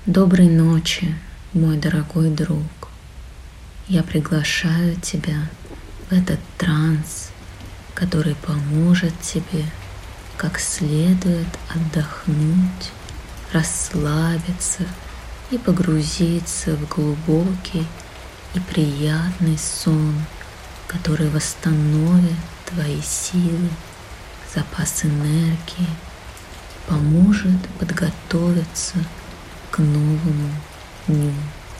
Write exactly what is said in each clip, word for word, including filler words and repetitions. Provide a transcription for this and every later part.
Доброй ночи, мой дорогой друг. Я приглашаю тебя в этот транс, который поможет тебе как следует отдохнуть, расслабиться и погрузиться в глубокий и приятный сон, который восстановит твои силы, запас энергии, поможет подготовиться к новому дню.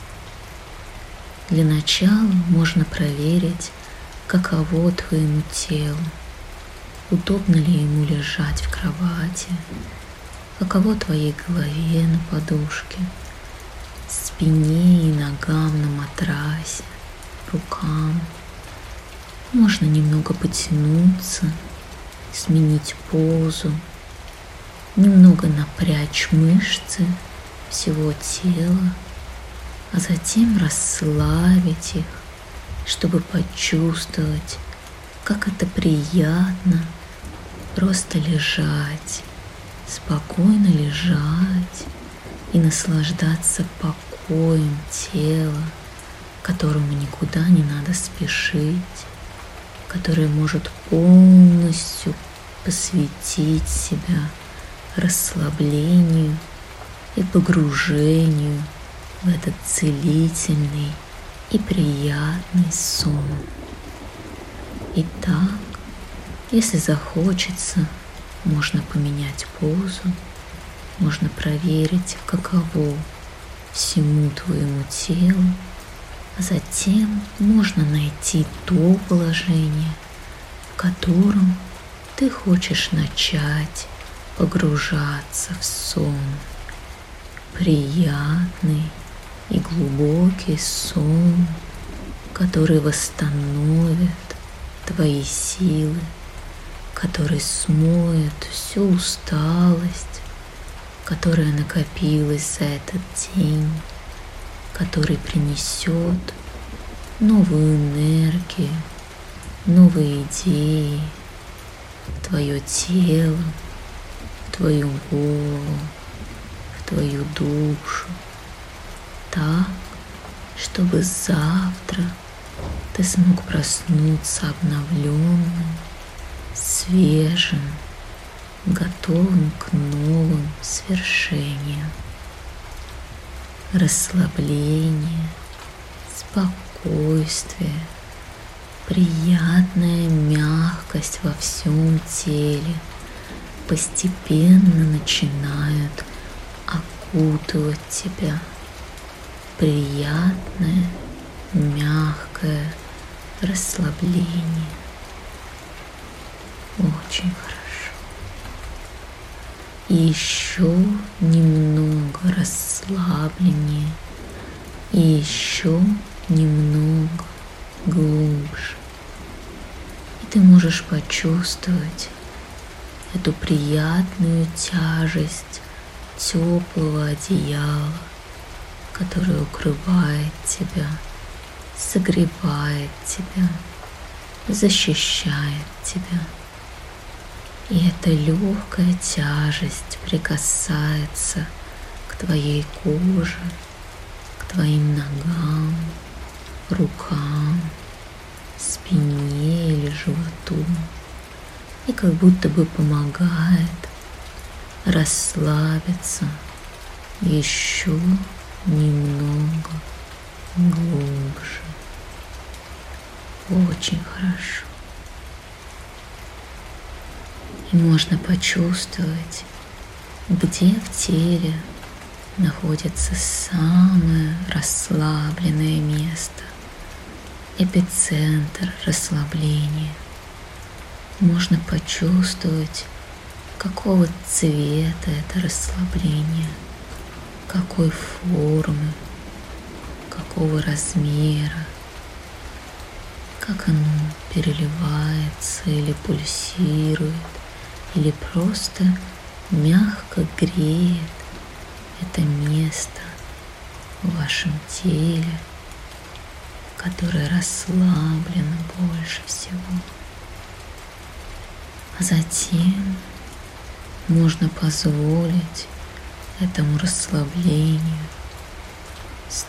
Для начала можно проверить, каково твоему телу, удобно ли ему лежать в кровати, каково твоей голове на подушке, спине и ногам на матрасе, рукам. Можно немного потянуться, сменить позу, немного напрячь мышцы всего тела, а затем расслабить их, чтобы почувствовать, как это приятно просто лежать, спокойно лежать и наслаждаться покоем тела, которому никуда не надо спешить, которое может полностью посвятить себя расслаблению и погружению в этот целительный и приятный сон. Итак, если захочется, можно поменять позу, можно проверить, каково всему твоему телу, а затем можно найти то положение, в котором ты хочешь начать погружаться в сон. Приятный и глубокий сон, который восстановит твои силы, который смоет всю усталость, которая накопилась за этот день, который принесет новую энергию, новые идеи в твое тело, в твою голову, в твою душу, так, чтобы завтра ты смог проснуться обновленным, свежим, готовым к новым свершениям. Расслабление, спокойствие, приятная мягкость во всем теле постепенно начинают окутывать тебя. Приятное, мягкое расслабление. Очень хорошо. И еще немного расслабления. И еще немного глубже. И ты можешь почувствовать эту приятную тяжесть теплого одеяла, которое укрывает тебя, согревает тебя, защищает тебя. И эта легкая тяжесть прикасается к твоей коже, к твоим ногам, рукам, спине или животу, и как будто бы помогает расслабиться еще немного глубже. Очень хорошо. И можно почувствовать, где в теле находится самое расслабленное место, эпицентр расслабления. Можно почувствовать, какого цвета это расслабление, какой формы, какого размера, как оно переливается или пульсирует, или просто мягко греет это место в вашем теле, которое расслаблено больше всего. А затем можно позволить этому расслаблению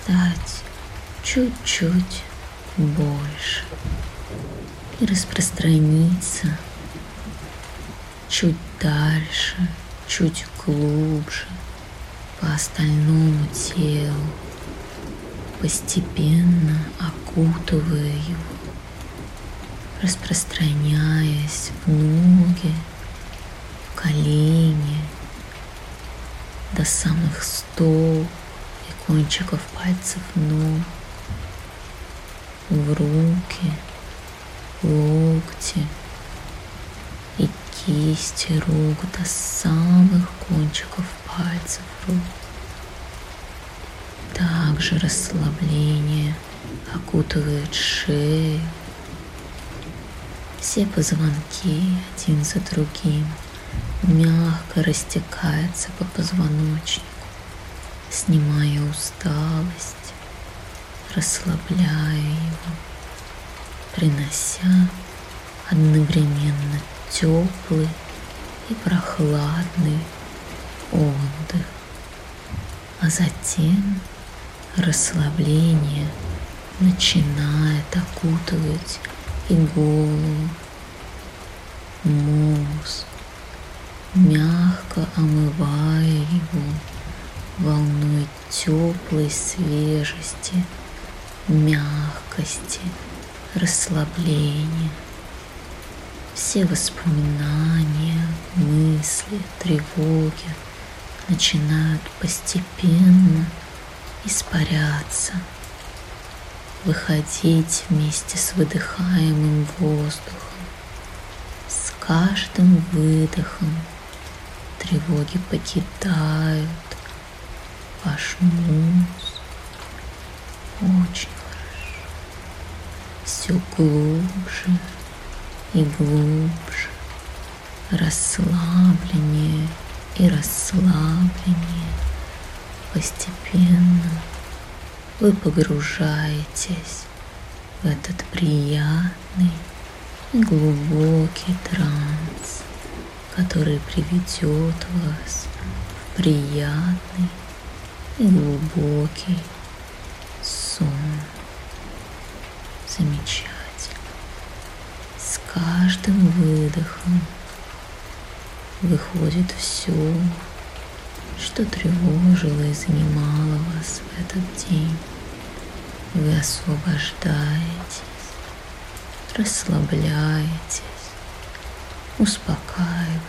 стать чуть-чуть больше и распространиться чуть дальше, чуть глубже по остальному телу, постепенно окутывая его, распространяясь в ноги, в колени, до самых стоп и кончиков пальцев ног, в руки, локти и кисти рук до самых кончиков пальцев рук. Также расслабление окутывает шею. Все позвонки один за другим мягко растекаются по позвоночнику, снимая усталость, расслабляя его, принося одновременно теплый и прохладный отдых. А затем расслабление начинает окутывать и голову, мозг, мягко омывая его волной теплой свежести, мягкости, расслабления. Все воспоминания, мысли, тревоги начинают постепенно испаряться, выходить вместе с выдыхаемым воздухом. С каждым выдохом тревоги покидают ваш мозг. Очень хорошо. Все глубже и глубже, расслабленнее и расслабленнее. Постепенно вы погружаетесь в этот приятный и глубокий транс, который приведет вас в приятный и глубокий сон. Замечательно. С каждым выдохом выходит все, что тревожило и занимало вас в этот день. Вы освобождаетесь, расслабляетесь, успокаиваетесь.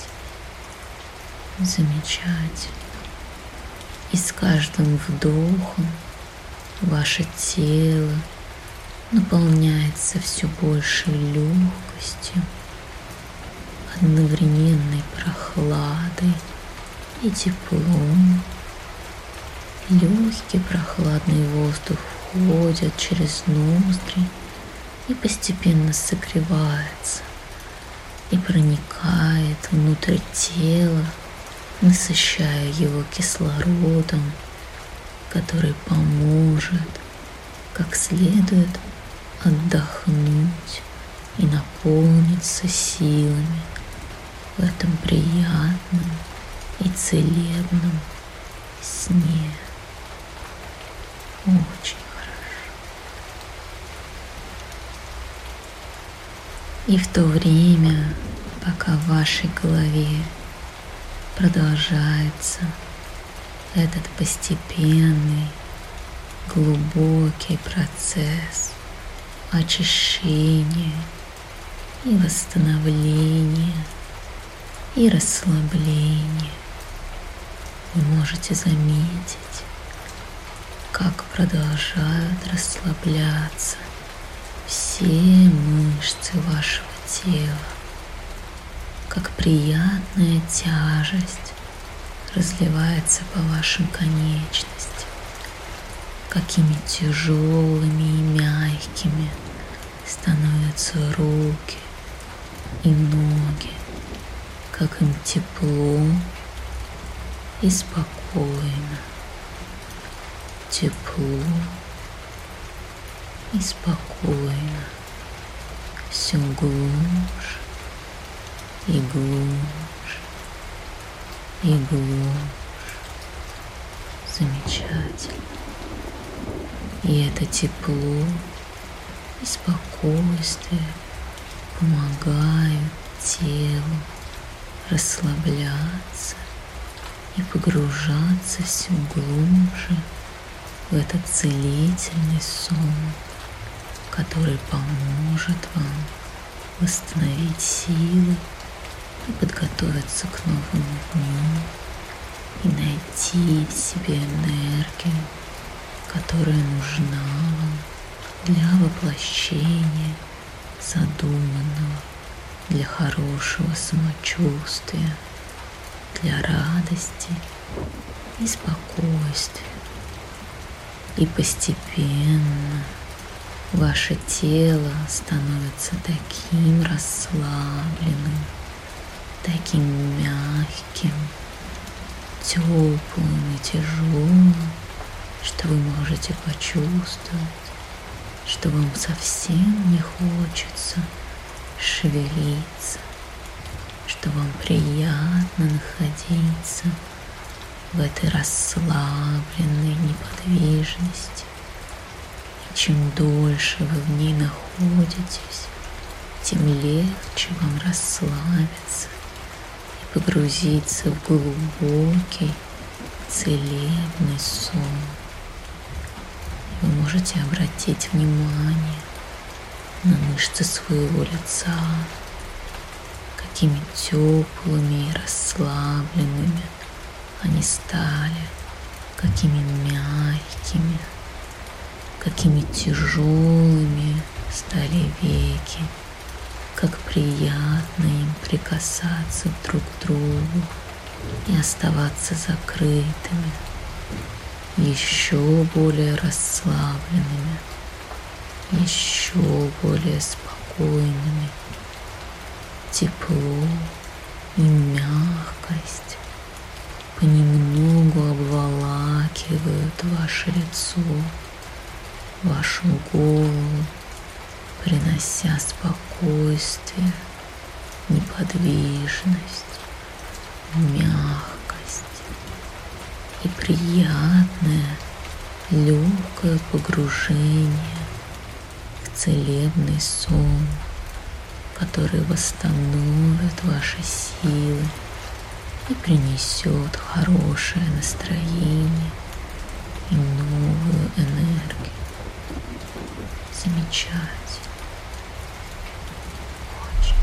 Замечательно. И с каждым вдохом ваше тело наполняется все большей легкостью, одновременной прохладой и теплом. Легкий прохладный воздух входит через ноздри и постепенно согревается и проникает внутрь тела, насыщая его кислородом, который поможет как следует отдохнуть и наполниться силами в этом приятном и целебном сне. Очень хорошо. И в то время, пока в вашей голове продолжается этот постепенный, глубокий процесс очищения и восстановления и расслабления, вы можете заметить, как продолжают расслабляться все мышцы вашего тела, как приятная тяжесть разливается по вашим конечностям, какими тяжелыми и мягкими становятся руки и ноги, как им тепло и спокойно. Тепло и спокойно. Все глубже и глубже и глубже. Замечательно. И это тепло и спокойствие помогают телу расслабляться и погружаться все глубже в этот целительный сон, который поможет вам восстановить силы и подготовиться к новому дню и найти в себе энергию, которая нужна вам для воплощения задуманного, для хорошего самочувствия, для радости и спокойствия. И постепенно ваше тело становится таким расслабленным, таким мягким, теплым и тяжелым, что вы можете почувствовать, что вам совсем не хочется шевелиться, что вам приятно находиться в этой расслабленной неподвижности. И чем дольше вы в ней находитесь, тем легче вам расслабиться и погрузиться в глубокий целебный сон. Вы можете обратить внимание на мышцы своего лица, какими теплыми и расслабленными они стали, какими мягкими, какими тяжелыми стали веки, как приятно им прикасаться друг к другу и оставаться закрытыми, еще более расслабленными, еще более спокойными. Тепло и мягкость понемногу обволакивают ваше лицо, вашу голову, принося спокойствие, неподвижность, мягкость и приятное легкое погружение в целебный сон, который восстановит ваши силы и принесет хорошее настроение и новую энергию. Замечательно. Очень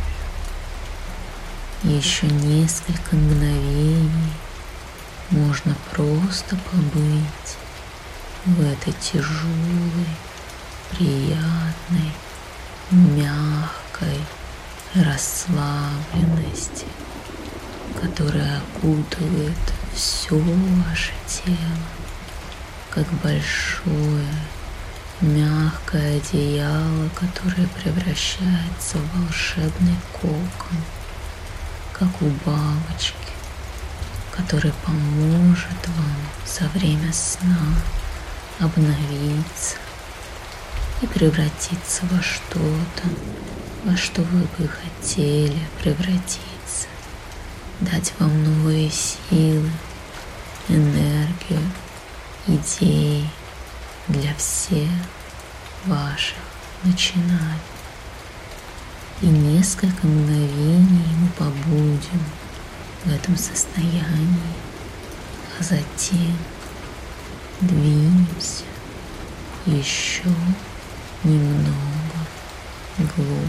хорошо. Еще несколько мгновений можно просто побыть в этой тяжелой, приятной, мягкой расслабленности, которая окутывает все ваше тело, как большое мягкое одеяло, которое превращается в волшебный кокон, как у бабочки, который поможет вам за время сна обновиться и превратиться во что-то, во что вы бы хотели превратиться, дать вам новые силы, энергию, идеи для всех ваших начинаний. И несколько мгновений мы побудем в этом состоянии, а затем двинемся еще немного глубже.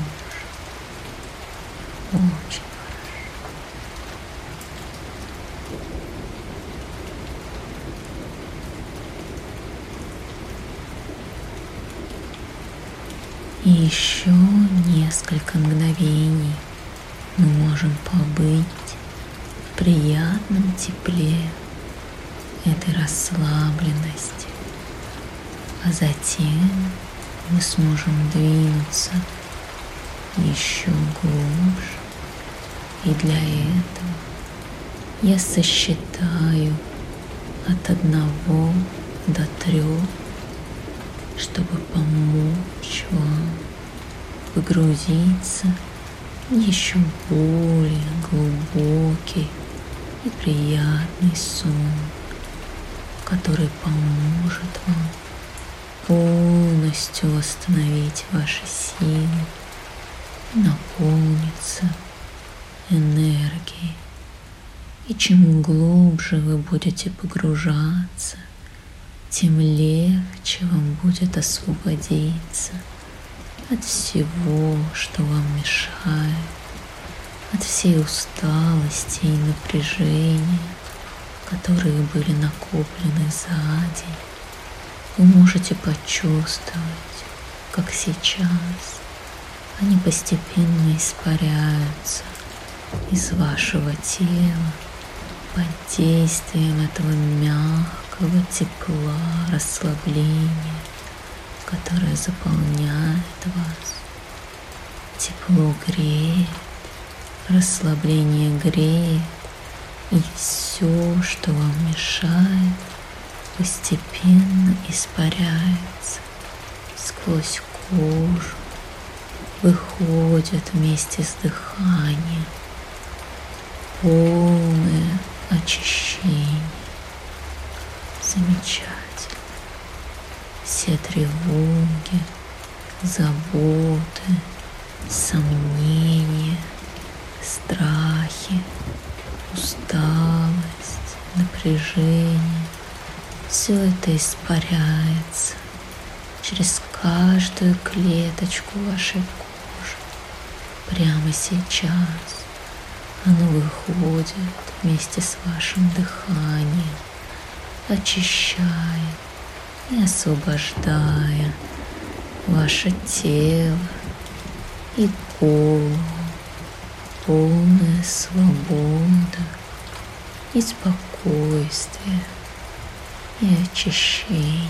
Очень И еще несколько мгновений мы можем побыть в приятном тепле этой расслабленности, а затем мы сможем двинуться еще глубже. И для этого я сосчитаю от одного до трех, чтобы помочь вам погрузиться в еще более глубокий и приятный сон, который поможет вам полностью восстановить ваши силы, наполниться энергией. И чем глубже вы будете погружаться, тем легче вам будет освободиться от всего, что вам мешает, от всей усталости и напряжения, которые были накоплены за день. Вы можете почувствовать, как сейчас они постепенно испаряются из вашего тела под действием этого мягкого тепла, расслабления, которое заполняет вас. Тепло греет, расслабление греет, и все, что вам мешает, постепенно испаряется сквозь кожу, выходит вместе с дыханием. Полное очищение. Замечательно. Все тревоги, заботы, сомнения, страхи, усталость, напряжение, все это испаряется через каждую клеточку вашей кожи. Прямо сейчас оно выходит вместе с вашим дыханием, очищая и освобождая ваше тело и голову. Полная свобода и спокойствие и очищение.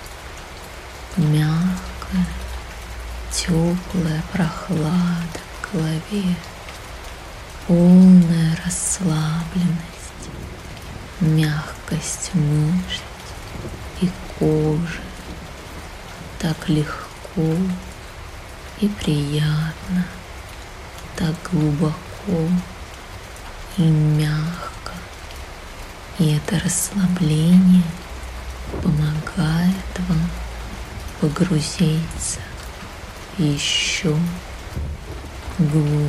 Мягкая, теплая прохлада в голове. Полная расслабленность, мягкость мышц и кожи. Так легко и приятно, так глубоко и мягко. И это расслабление помогает вам погрузиться еще глубже.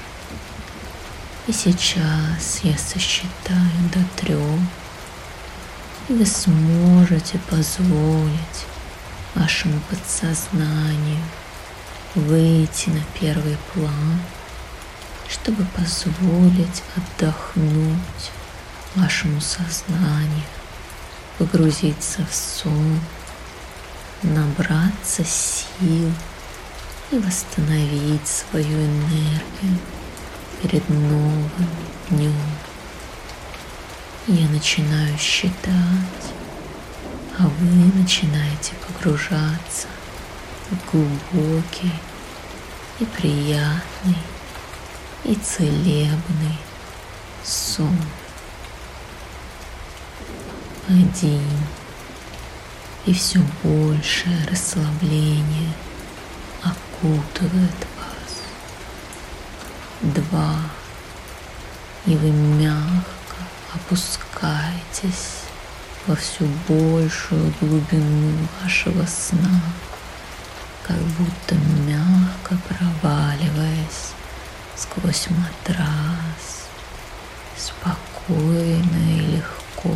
И сейчас я сосчитаю до трех, и вы сможете позволить вашему подсознанию выйти на первый план, чтобы позволить отдохнуть вашему сознанию, погрузиться в сон, набраться сил и восстановить свою энергию перед новым днем. Я начинаю считать, а вы начинаете погружаться в глубокий и приятный и целебный сон. Один. И все большее расслабление окутывает вас. Два. И вы мягко опускаетесь во все большую глубину вашего сна, как будто мягко проваливаясь сквозь матрас, спокойно и легко,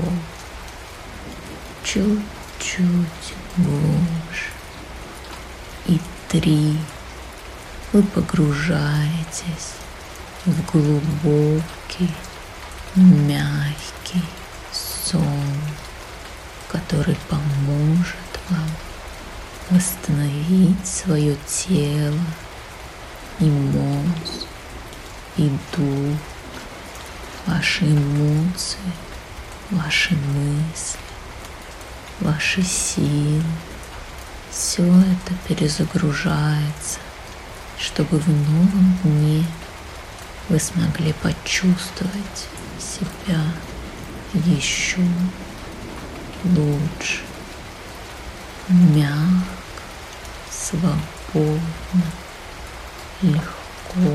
чуть-чуть глубже. И три. Вы погружаетесь в глубокий, мягкий сон, который поможет вам восстановить свое тело и мозг, и дух, ваши эмоции, ваши мысли, ваши силы. Все это перезагружается, чтобы в новом дне вы смогли почувствовать себя еще лучше, мягко, свободно, легко,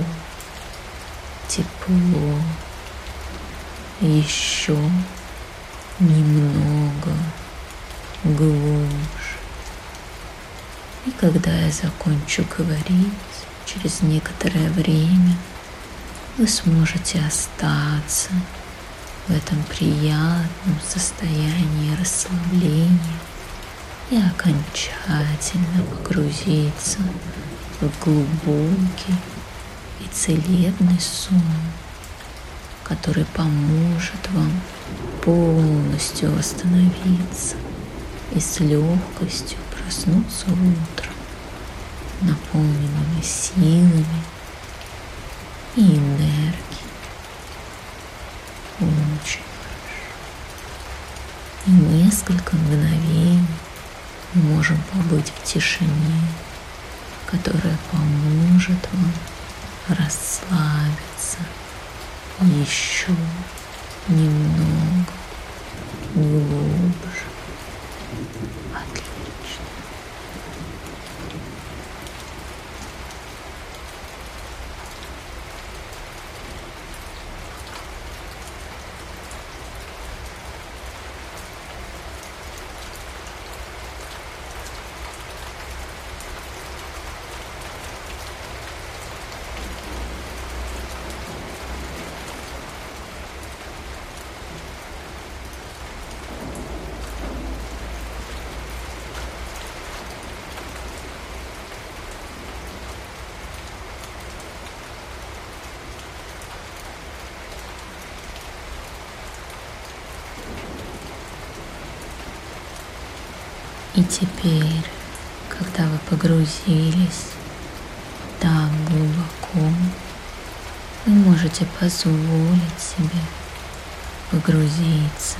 тепло, еще немного глубже, когда я закончу говорить, через некоторое время вы сможете остаться в этом приятном состоянии расслабления и окончательно погрузиться в глубокий и целебный сон, который поможет вам полностью восстановиться и с легкостью проснуться утром, наполненными силами и энергией. Очень хорошо. И несколько мгновений мы можем побыть в тишине, которая поможет вам расслабиться еще немного глубже. Отлично. И теперь, когда вы погрузились так глубоко, вы можете позволить себе погрузиться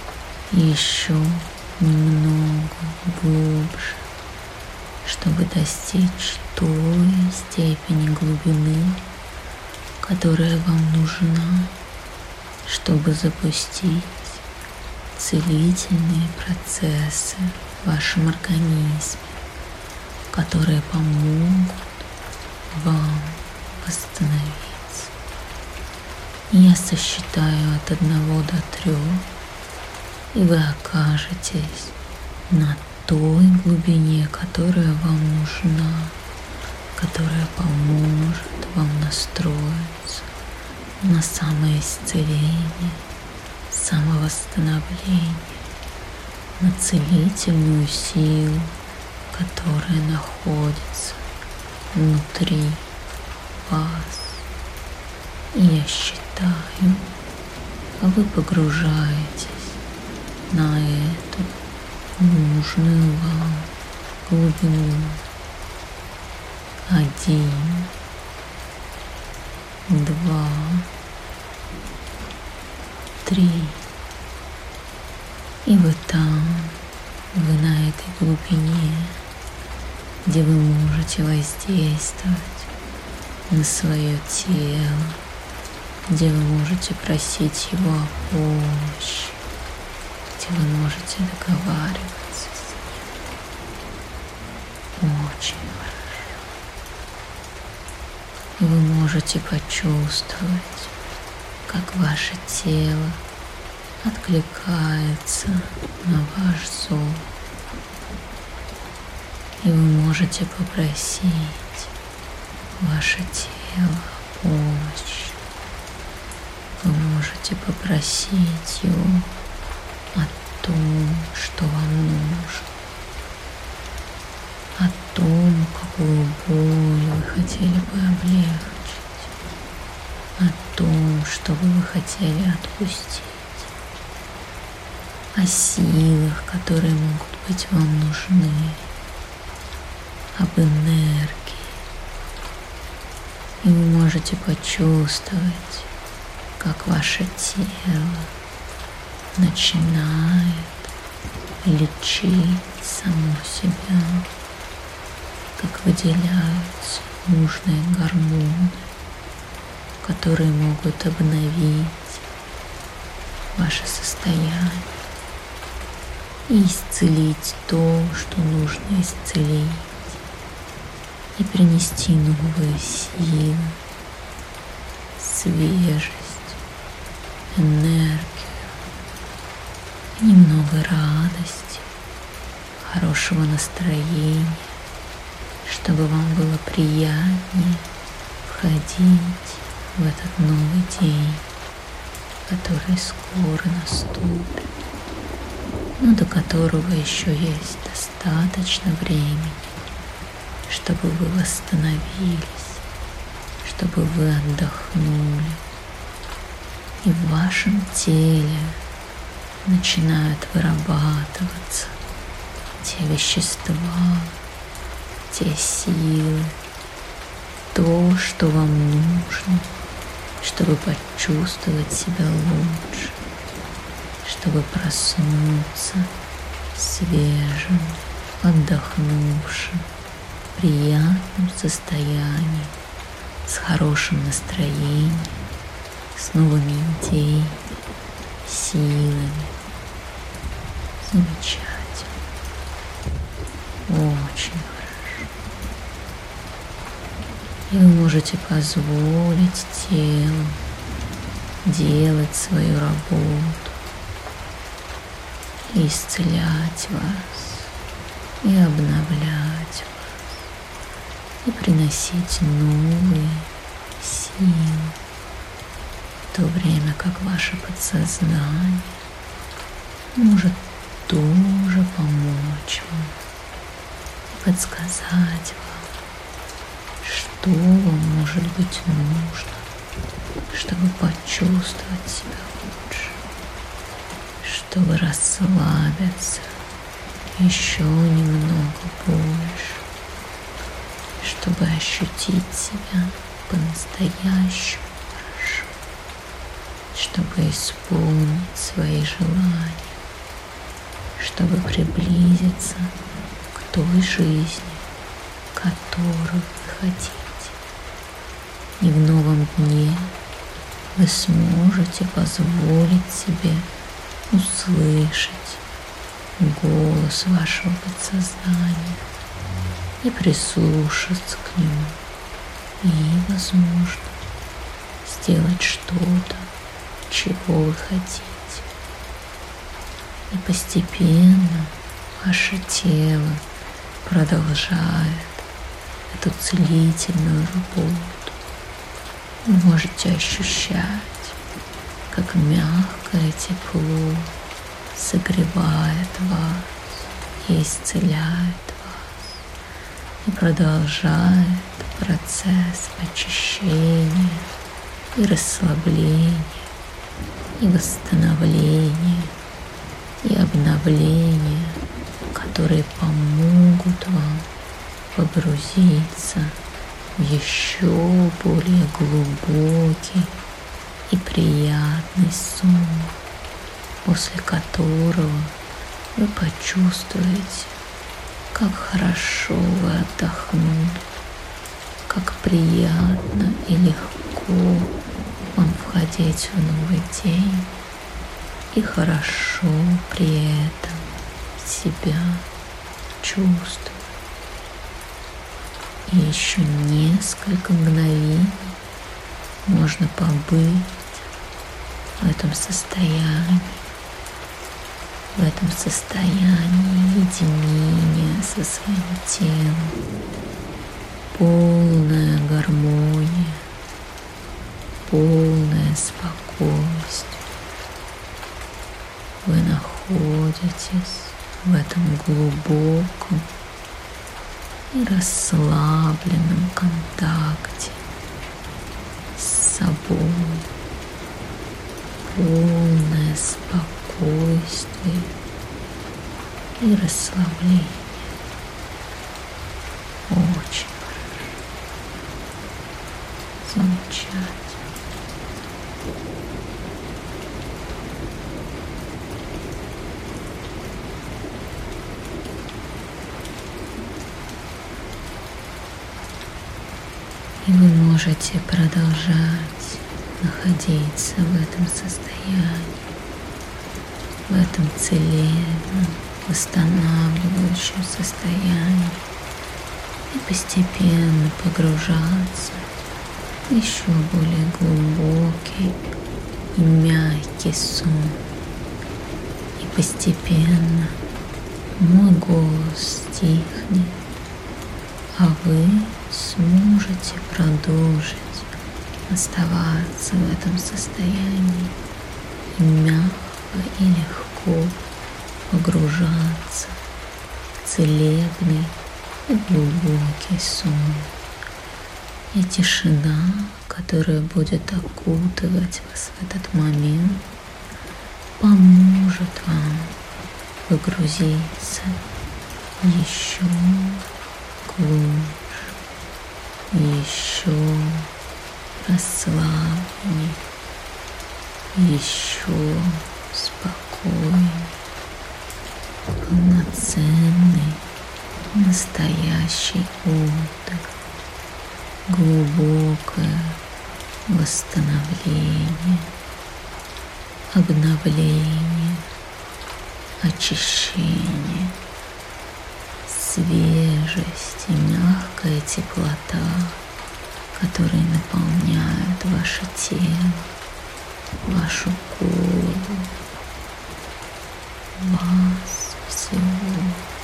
еще немного глубже, чтобы достичь той степени глубины, которая вам нужна, чтобы запустить целительные процессы в вашем организме, которые помогут вам восстановиться. Я сосчитаю от одного до трех, и вы окажетесь на той глубине, которая вам нужна, которая поможет вам настроиться на самоисцеление, самовосстановление, на целительную силу, которая находится внутри вас. И я считаю, а вы погружаетесь на эту нужную вам глубину. Один, два, три. И вы там, вы на этой глубине, где вы можете воздействовать на свое тело, где вы можете просить его о помощи, где вы можете договариваться с ним. Очень хорошо. И вы можете почувствовать, как ваше тело откликается на ваш зов. И вы можете попросить ваше тело о помощи. Вы можете попросить его о том, что вам нужно, о том, какую боль вы хотели бы облегчить, о том, что вы хотели отпустить, о силах, которые могут быть вам нужны, об энергии. И вы можете почувствовать, как ваше тело начинает лечить само себя, как выделяются нужные гормоны, которые могут обновить ваше состояние и исцелить то, что нужно исцелить, и принести новые силы, свежесть, энергию, и немного радости, хорошего настроения чтобы вам было приятнее входить в этот новый день, который скоро наступит, но до которого еще есть достаточно времени, чтобы вы восстановились, чтобы вы отдохнули, и в вашем теле начинают вырабатываться те вещества, те силы, то, что вам нужно, чтобы почувствовать себя лучше, чтобы проснуться свежим, отдохнувшим, приятном состоянии, с хорошим настроением, с новыми идеями, силами. Замечательно. Очень хорошо. И вы можете позволить телу делать свою работу, и исцелять вас, и обновлять вас, и приносить новые силы, в то время как ваше подсознание может тоже помочь вам, подсказать вам, что вам может быть нужно, чтобы почувствовать себя лучше, чтобы расслабиться еще немного больше, чтобы ощутить себя по-настоящему хорошо, чтобы исполнить свои желания, чтобы приблизиться к той жизни, которую вы хотите. И в новом дне вы сможете позволить себе услышать голос вашего подсознания и прислушаться к нему, и, возможно, сделать что-то, чего вы хотите. И постепенно ваше тело продолжает эту целительную работу. Вы можете ощущать, как мягкое тепло согревает вас и исцеляет вас, и продолжает процесс очищения и расслабления, и восстановления, и обновления, которые помогут вам погрузиться в еще более глубокий и приятный сон, после которого вы почувствуете, как хорошо вы отдохнули, как приятно и легко вам входить в новый день и хорошо при этом себя чувствовать. И еще несколько мгновений можно побыть в этом состоянии, в этом состоянии единения со своим телом, полная гармония, полное спокойствие. Вы находитесь в этом глубоком и расслабленном контакте с собой, полное спокойствие и расслабление. Очень хорошо. Замечательно. И вы можете продолжать находиться в этом состоянии, в этом целебном, восстанавливающем состоянии, и постепенно погружаться в еще более глубокий и мягкий сон. И постепенно мой голос стихнет, а вы сможете продолжить оставаться в этом состоянии и мягко и легко погружаться в целебный и глубокий сон. И тишина, которая будет окутывать вас в этот момент, поможет вам погрузиться еще глубже, еще расслабленнее, еще спокойнее, полноценный, настоящий отдых, глубокое восстановление, обновление, очищение, свежесть и мягкая теплота, которые наполняют ваше тело, вашу голову, вас всего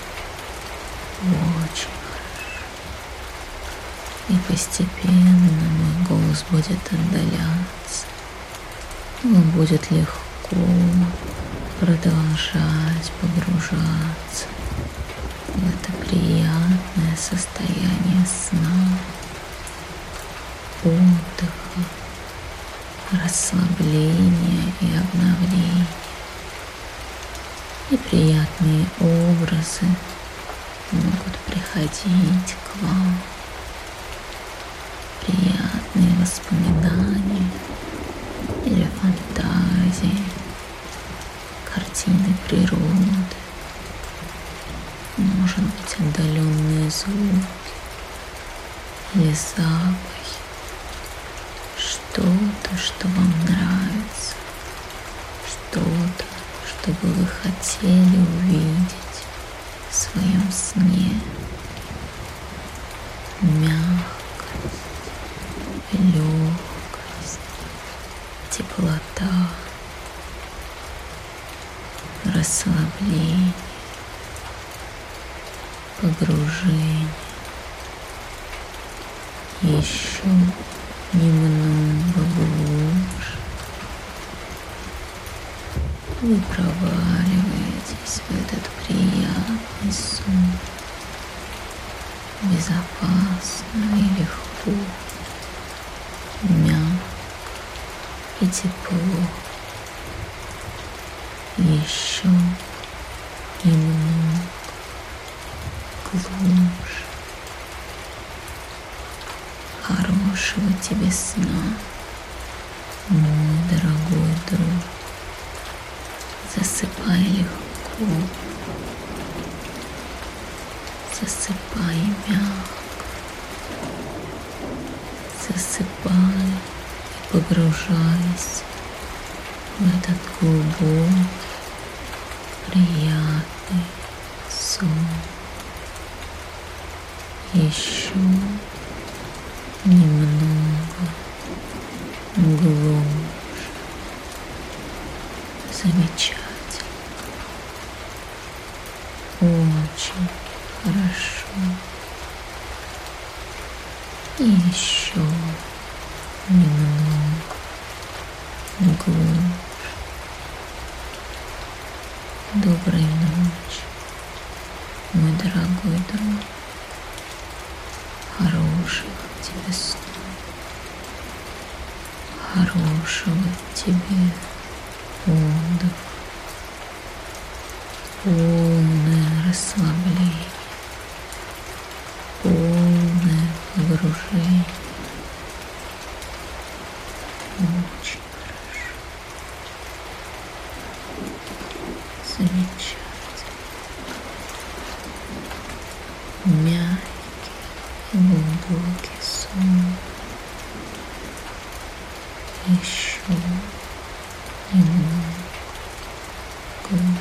очень хорошо. И постепенно мой голос будет отдаляться. Вам будет легко продолжать погружаться в это приятное состояние сна, отдыха, расслабления и обновления. И приятные образы могут приходить к вам, приятные воспоминания или фантазии, картины природы, может быть, отдаленные звуки или запахи, что-то, что вам нравится, что-то, что бы вы хотели увидеть в своем сне. Мягкость, легкость, теплота, расслабление, погружение, еще немного глубже. Вы проваливаетесь в этот приятный сон, безопасно и легко, мягко и тепло. Еще немного глубже. Хорошего тебе сна, мой дорогой друг. Засыпай легко, засыпай мягко, засыпай и погружайся в этот глубокий, приятный сон. Еще немного глубже. Замечательно. Очень хорошо. И еще немного глубже. Доброй ночи, мой дорогой друг. Хороших тебе снов. Хорошего тебе отдыха. Полное расслабление. Полное погружение. Очень хорошо. Замечательно. Мягкий и глубокий сон. Еще немного глубже.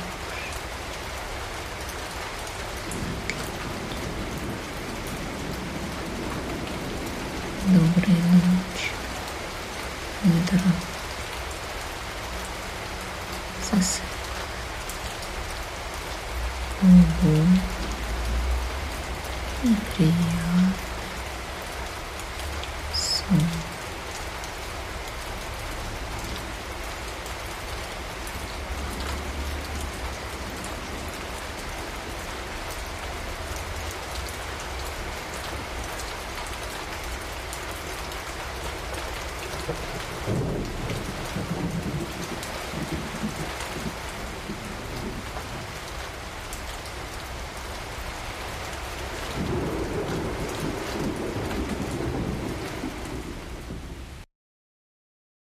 Доброй ночи, мой дорогой. Засыпай глубокий и приятный